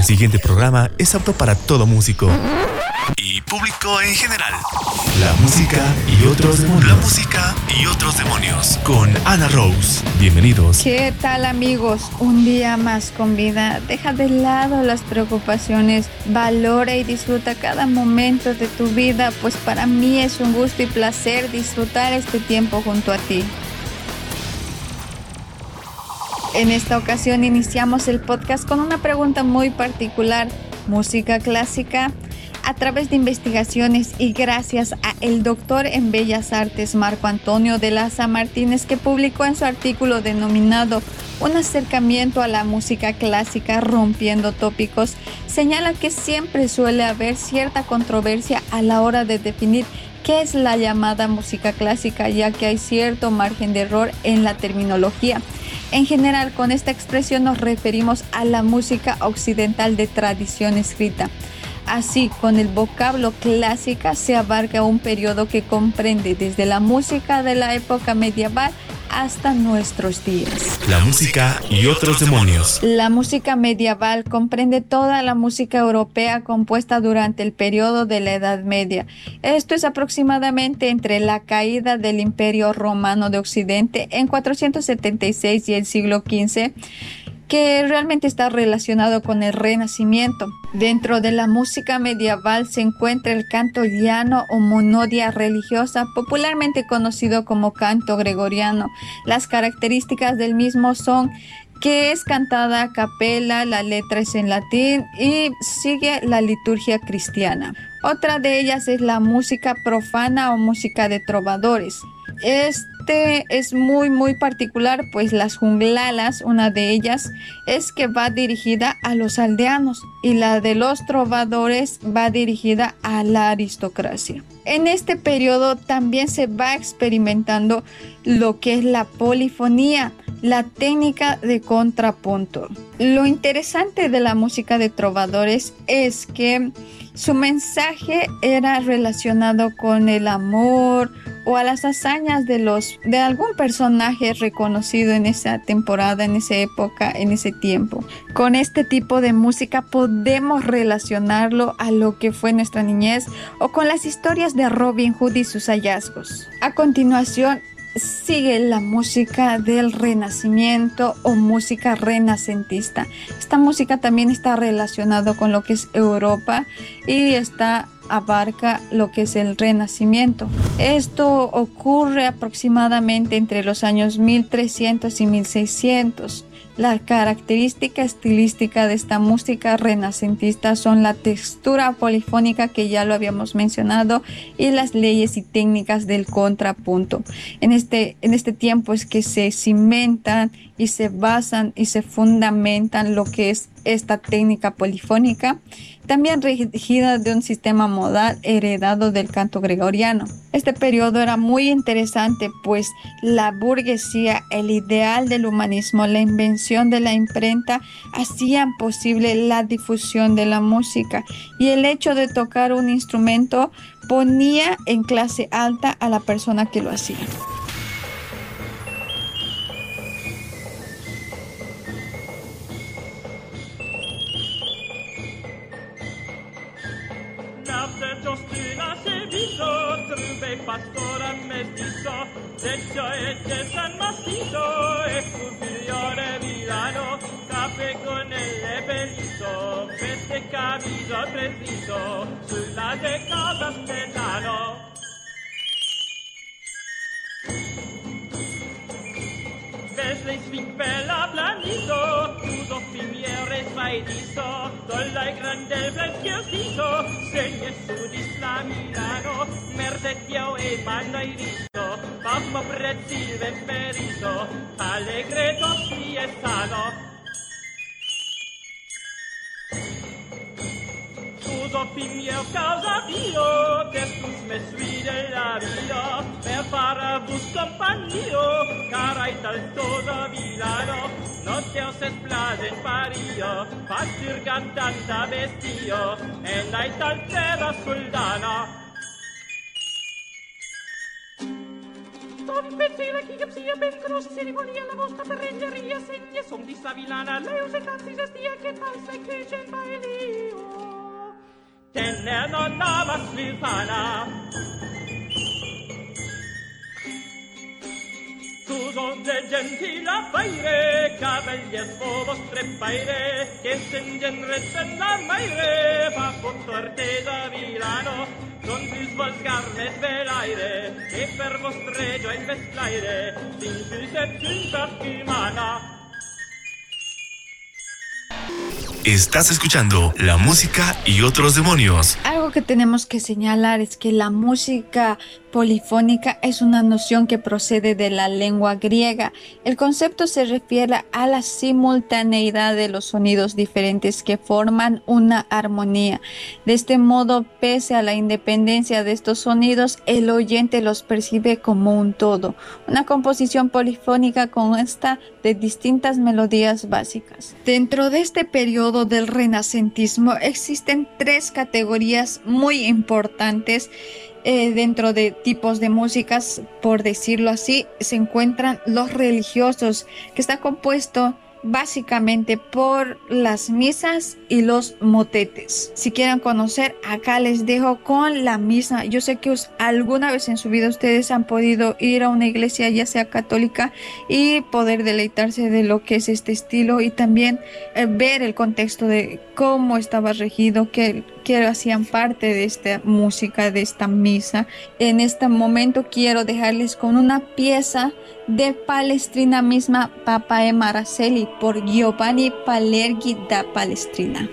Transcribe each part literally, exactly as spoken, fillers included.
El siguiente programa es apto para todo músico y público en general. La música y otros demonios. La música y otros demonios con Ana Rose. Bienvenidos. ¿Qué tal, amigos? Un día más con vida. Deja de lado las preocupaciones. Valora y disfruta cada momento de tu vida, pues para mí es un gusto y placer disfrutar este tiempo junto a ti. En esta ocasión iniciamos el podcast con una pregunta muy particular. ¿Música clásica? A través de investigaciones y gracias a el doctor en Bellas Artes Marco Antonio de Laza Martínez, que publicó en su artículo denominado Un acercamiento a la música clásica rompiendo tópicos, señala que siempre suele haber cierta controversia a la hora de definir qué es la llamada música clásica, ya que hay cierto margen de error en la terminología. En general, con esta expresión nos referimos a la música occidental de tradición escrita. Así, con el vocablo clásica se abarca un periodo que comprende desde la música de la época medieval hasta nuestros días. La música y otros demonios. La música medieval comprende toda la música europea compuesta durante el periodo de la Edad Media. Esto es aproximadamente entre la caída del Imperio Romano de Occidente en cuatrocientos setenta y seis y el siglo quince, que realmente está relacionado con el Renacimiento. Dentro de la música medieval se encuentra el canto llano o monodia religiosa, popularmente conocido como canto gregoriano. Las características del mismo son que es cantada a capela, la letra es en latín y sigue la liturgia cristiana. Otra de ellas es la música profana o música de trovadores. Este es muy muy particular, pues las juglalas, una de ellas, es que va dirigida a los aldeanos y la de los trovadores va dirigida a la aristocracia. En este periodo también se va experimentando lo que es la polifonía, la técnica de contrapunto. Lo interesante de la música de trovadores es que su mensaje era relacionado con el amor o a las hazañas de, los, de algún personaje reconocido en esa temporada, en esa época, en ese tiempo. Con este tipo de música podemos relacionarlo a lo que fue nuestra niñez o con las historias de Robin Hood y sus hallazgos. A continuación, sigue la música del Renacimiento o música renacentista. Esta música también está relacionada con lo que es Europa y esta abarca lo que es el Renacimiento. Esto ocurre aproximadamente entre los años mil trescientos y mil seiscientos. La característica estilística de esta música renacentista son la textura polifónica, que ya lo habíamos mencionado, y las leyes y técnicas del contrapunto. En este, en este tiempo es que se cimentan y se basan y se fundamentan lo que es esta técnica polifónica, también regida de un sistema modal heredado del canto gregoriano. Este periodo era muy interesante, pues la burguesía, el ideal del humanismo, la invención de la imprenta hacían posible la difusión de la música, y el hecho de tocar un instrumento ponía en clase alta a la persona que lo hacía. Pastora mestizo, techo es de San Macizo, es cupiglione Milano, caffè con il bellizo, veste camiso preciso, sulla de casa stellano. Wesley swing bella planiso, uso fimiere svaidiso, dolla e grande blanchiosiso, segne su di sta Milano, merdettio e manno e riso, pasmo prezzi il vemperiso, allegre dossi e sano. Uso fimio causa dio, destus me suide la via, per fare bus compagnio, carai taltosa Milano, non te os esplade in pario, facir cantanta bestio, e dai tal terra soldana. Tom pensera chi che sia ben grossa ceremonia la vostra per renderia segne son di Savilana, leo se cansi se stia che tal se che c'è fa il tener non havas vana. Tudo de gentila faire, cavaliers po vostre paire, che sen genere sen la maire, fa portorte da Milano, con plus volgarne velaire, e per vostre gio in vestlaire, sin fuse tun perfumana. Estás escuchando la música y otros demonios. Algo que tenemos que señalar es que la música polifónica es una noción que procede de la lengua griega. El concepto se refiere a la simultaneidad de los sonidos diferentes que forman una armonía. De este modo, pese a la independencia de estos sonidos, el oyente los percibe como un todo. Una composición polifónica consta de distintas melodías básicas. Dentro de este periodo del renacentismo existen tres categorías muy importantes. Eh, dentro de tipos de músicas, por decirlo así, se encuentran los religiosos, que está compuesto básicamente por las misas y los motetes. Si quieren conocer, acá les dejo con la misa. Yo sé que os, alguna vez en su vida ustedes han podido ir a una iglesia, ya sea católica, y poder deleitarse de lo que es este estilo y también eh, ver el contexto de cómo estaba regido, que, que hacían parte de esta música, de esta misa. En este momento quiero dejarles con una pieza de Palestrina misma, Papae Maraceli, por Giovanni Palergi da Palestrina.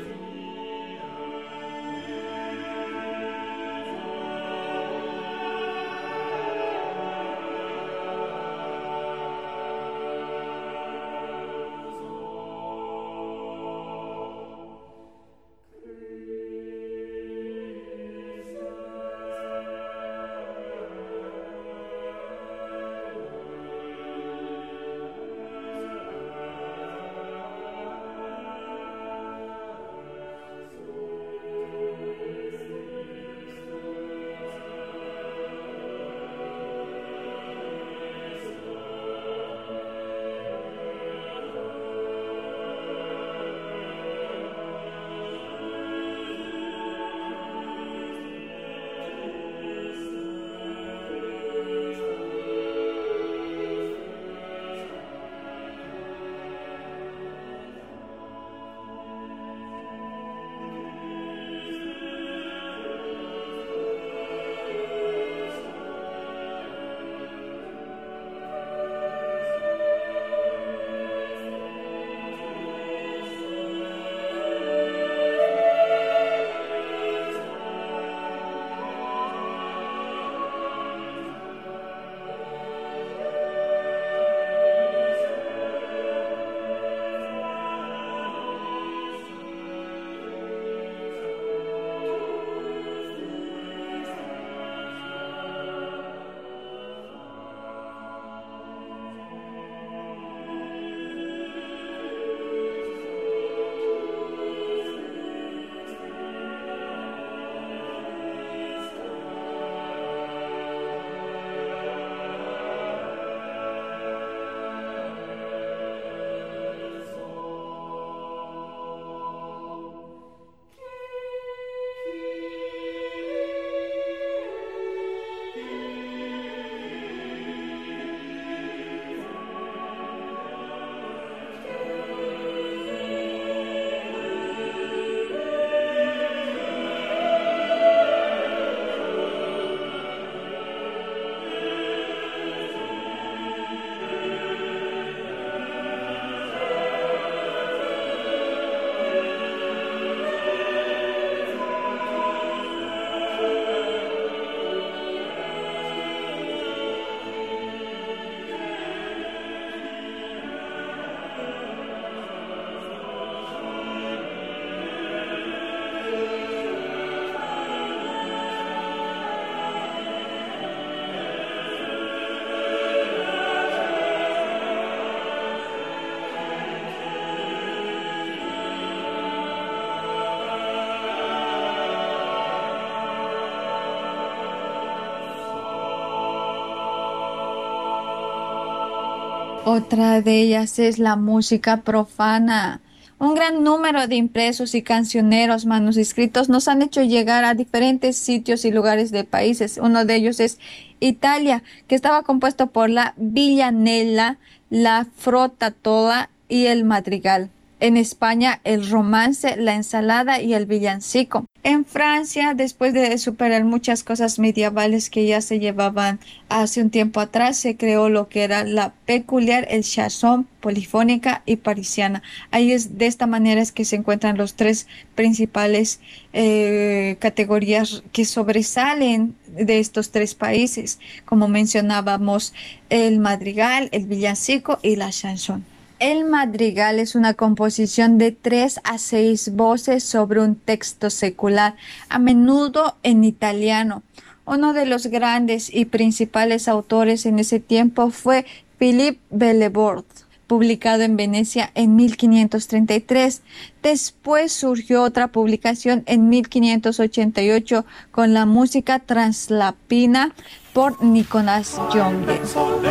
Otra de ellas es la música profana. Un gran número de impresos y cancioneros manuscritos nos han hecho llegar a diferentes sitios y lugares de países. Uno de ellos es Italia, que estaba compuesto por la villanella, la frottatola y el madrigal. En España, el romance, la ensalada y el villancico. En Francia, después de superar muchas cosas medievales que ya se llevaban hace un tiempo atrás, se creó lo que era la peculiar, el chanson, polifónica y parisiana. Ahí es de esta manera es que se encuentran los tres principales eh, categorías que sobresalen de estos tres países, como mencionábamos, el madrigal, el villancico y la chanson. El madrigal es una composición de tres a seis voces sobre un texto secular, a menudo en italiano. Uno de los grandes y principales autores en ese tiempo fue Philippe Bellevord, publicado en Venecia en mil quinientos treinta y tres. Después surgió otra publicación en mil quinientos ochenta y ocho con la música transalpina por Nicolas Jonge.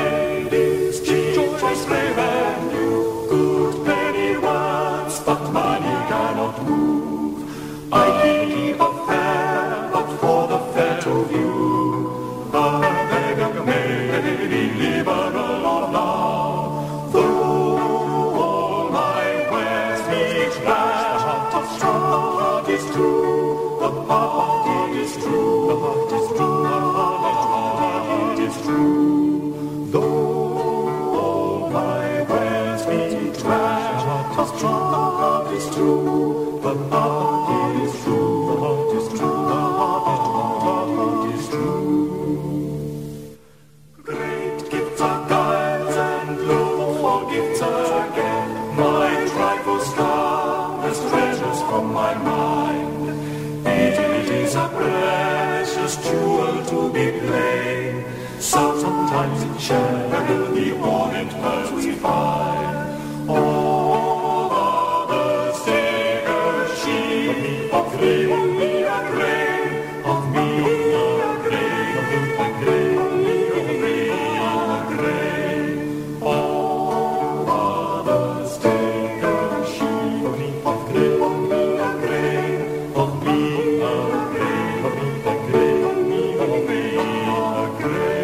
Sometimes in shadow the ornate birds we find. All others take a sheep of grain, of me a grain, of me a grain, a grain, a grain, a grain. All others take a sheep of me, of grain, of me a grain, of me a grain, of me a grain, of me a grain, a grain.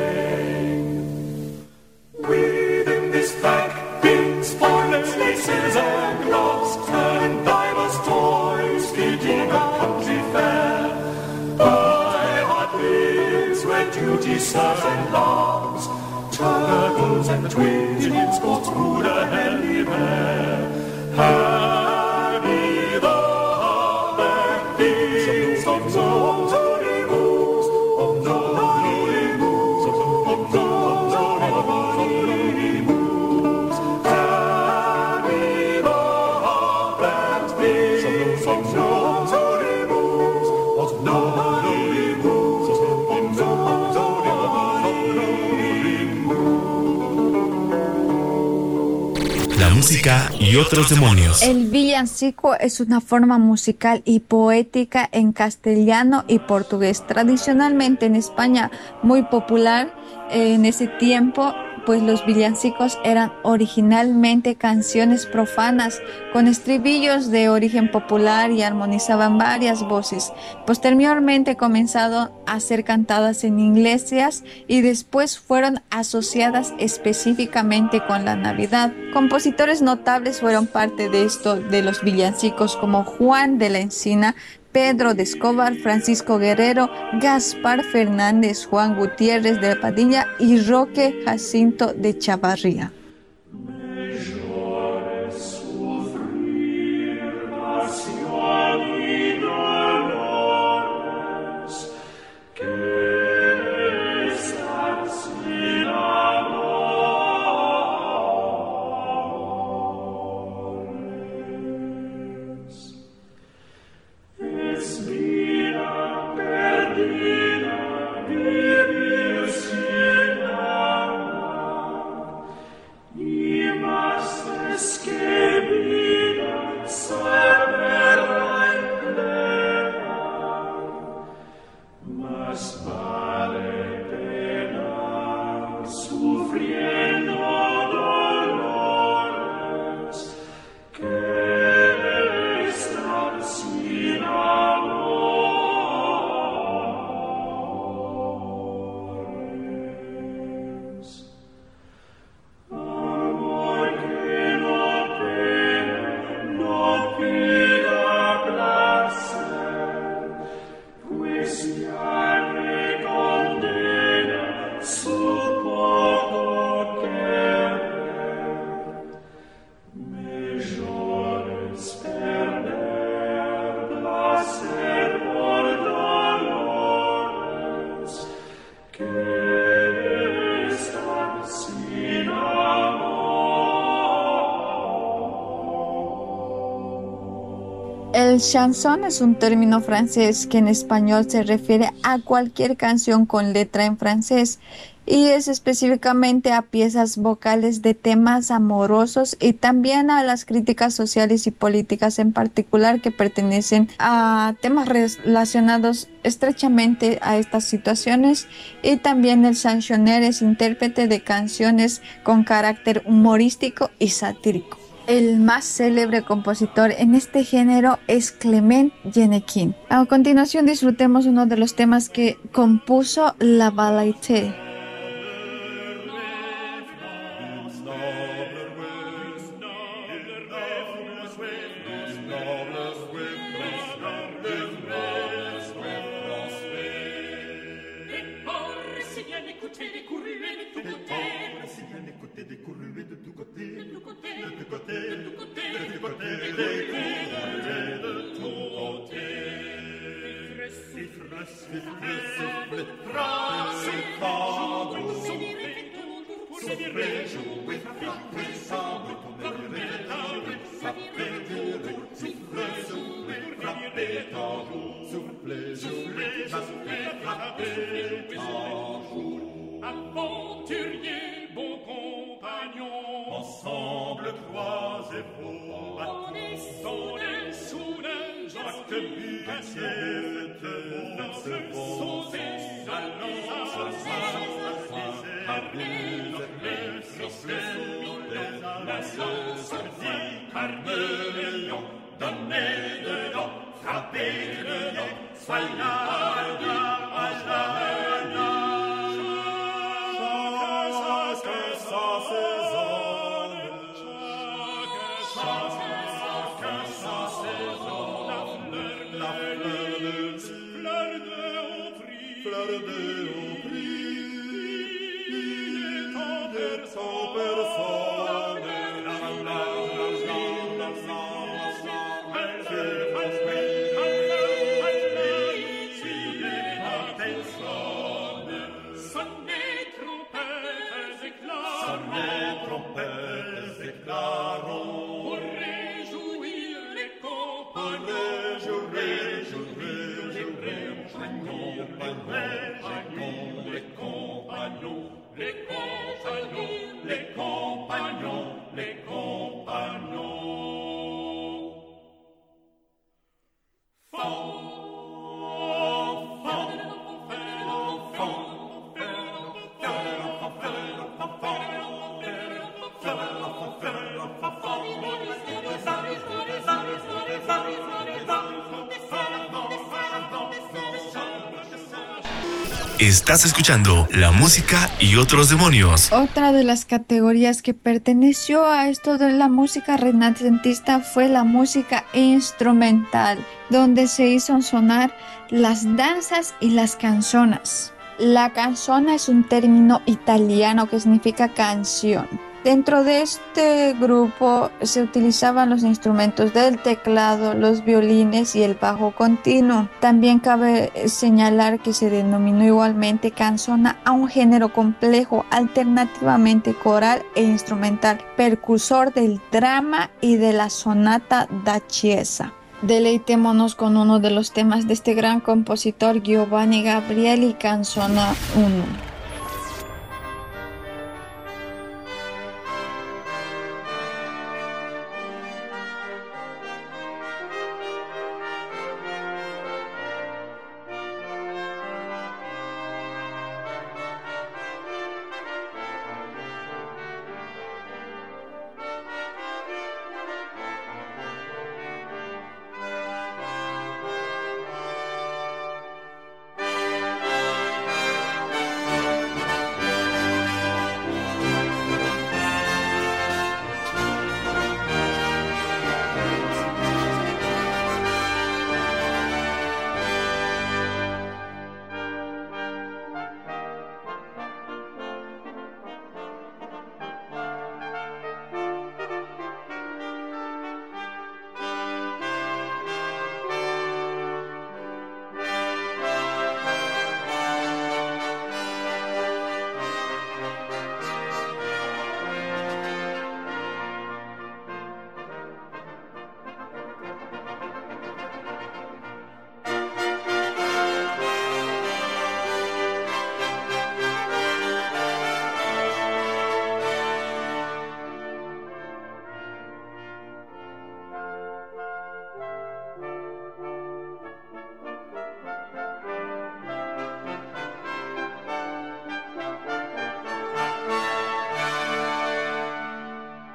Within this bag, bins, spoilers, laces, and gloves, and divers toys fitting a country fair. I had bins where duty serves and loves, turtles and twins in sports food a handy pair. Happy the heart that beats of those holy moves, of those holy moves, of those holy moves. Happy the heart that beats of those holy moves, of those holy moves, of those holy moves. La música y otros demonios. El villancico es una forma musical y poética en castellano y portugués, tradicionalmente en España muy popular. En ese tiempo, pues los villancicos eran originalmente canciones profanas con estribillos de origen popular y armonizaban varias voces. Posteriormente comenzaron a ser cantadas en iglesias y después fueron asociadas específicamente con la Navidad. Compositores notables fueron parte de esto de los villancicos como Juan de la Encina, Pedro de Escobar, Francisco Guerrero, Gaspar Fernández, Juan Gutiérrez de la Padilla y Roque Jacinto de Chavarría. Escape, El chanson es un término francés que en español se refiere a cualquier canción con letra en francés y es específicamente a piezas vocales de temas amorosos y también a las críticas sociales y políticas en particular que pertenecen a temas relacionados estrechamente a estas situaciones. Y también el chansonnier es intérprete de canciones con carácter humorístico y satírico. El más célebre compositor en este género es Clement Jeannequin. A continuación disfrutemos uno de los temas que compuso La Valette. Aventurier, bon compagnon, ensemble croisez vos bateaux, soudain, soudain, Jacques Bucassier, sautez, allons, la sauce dit Carmelion, donnez dedans, frappez dedans, soyez là, là, là. Estás escuchando La Música y Otros Demonios. Otra de las categorías que perteneció a esto de la música renacentista fue la música instrumental, donde se hizo sonar las danzas y las canzonas. La canzona es un término italiano que significa canción. Dentro de este grupo se utilizaban los instrumentos del teclado, los violines y el bajo continuo. También cabe señalar que se denominó igualmente canzona a un género complejo, alternativamente coral e instrumental, precursor del drama y de la sonata da chiesa. Deleitémonos con uno de los temas de este gran compositor Giovanni Gabrieli, Canzona uno.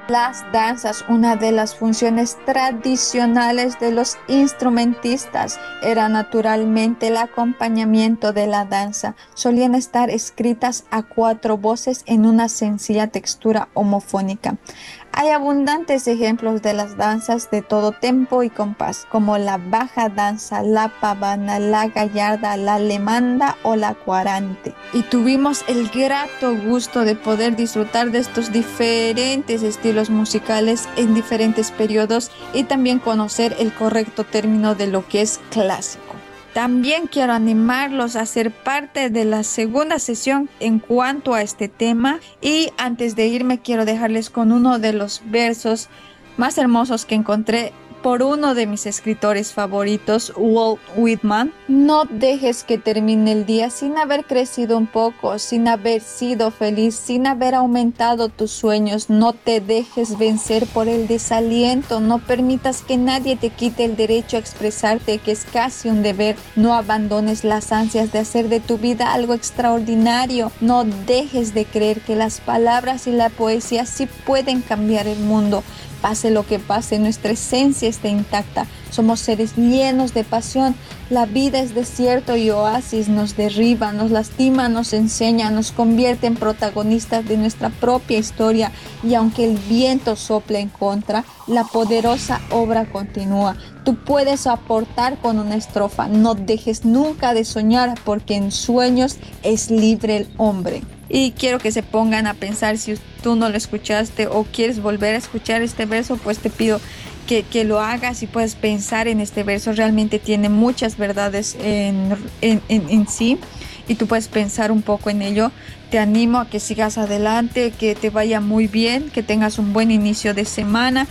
Las danzas, una de las funciones tradicionales de los instrumentistas, era naturalmente el acompañamiento de la danza. Solían estar escritas a cuatro voces en una sencilla textura homofónica. Hay abundantes ejemplos de las danzas de todo tempo y compás, como la baja danza, la pavana, la gallarda, la alemanda o la cuarante. Y tuvimos el grato gusto de poder disfrutar de estos diferentes estilos musicales en diferentes periodos y también conocer el correcto término de lo que es clásico. También quiero animarlos a ser parte de la segunda sesión en cuanto a este tema, y antes de irme quiero dejarles con uno de los versos más hermosos que encontré por uno de mis escritores favoritos, Walt Whitman. No dejes que termine el día sin haber crecido un poco, sin haber sido feliz, sin haber aumentado tus sueños. No te dejes vencer por el desaliento. No permitas que nadie te quite el derecho a expresarte, que es casi un deber. No abandones las ansias de hacer de tu vida algo extraordinario. No dejes de creer que las palabras y la poesía sí pueden cambiar el mundo. Pase lo que pase, nuestra esencia está intacta. Somos seres llenos de pasión. La vida es desierto y oasis. Nos derriba, nos lastima, nos enseña, nos convierte en protagonistas de nuestra propia historia. Y aunque el viento sople en contra, la poderosa obra continúa. Tú puedes aportar con una estrofa. No dejes nunca de soñar, porque en sueños es libre el hombre. Y quiero que se pongan a pensar, si tú no lo escuchaste o quieres volver a escuchar este verso, pues te pido que, que lo hagas y puedes pensar en este verso. Realmente tiene muchas verdades en, en, en, en sí, y tú puedes pensar un poco en ello. Te animo a que sigas adelante, que te vaya muy bien, que tengas un buen inicio de semana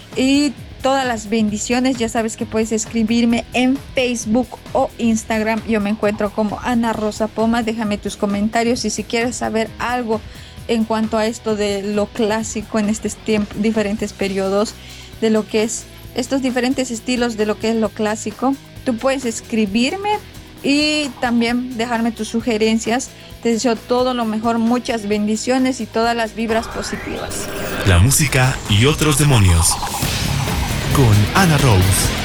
y todas las bendiciones. Ya sabes que puedes escribirme en Facebook o Instagram. Yo me encuentro como Ana Rosa Poma. Déjame tus comentarios, y si quieres saber algo en cuanto a esto de lo clásico en estos tiempos, diferentes periodos, de lo que es estos diferentes estilos de lo que es lo clásico, tú puedes escribirme y también dejarme tus sugerencias. Te deseo todo lo mejor, muchas bendiciones y todas las vibras positivas. La música y otros demonios con Ana Rose.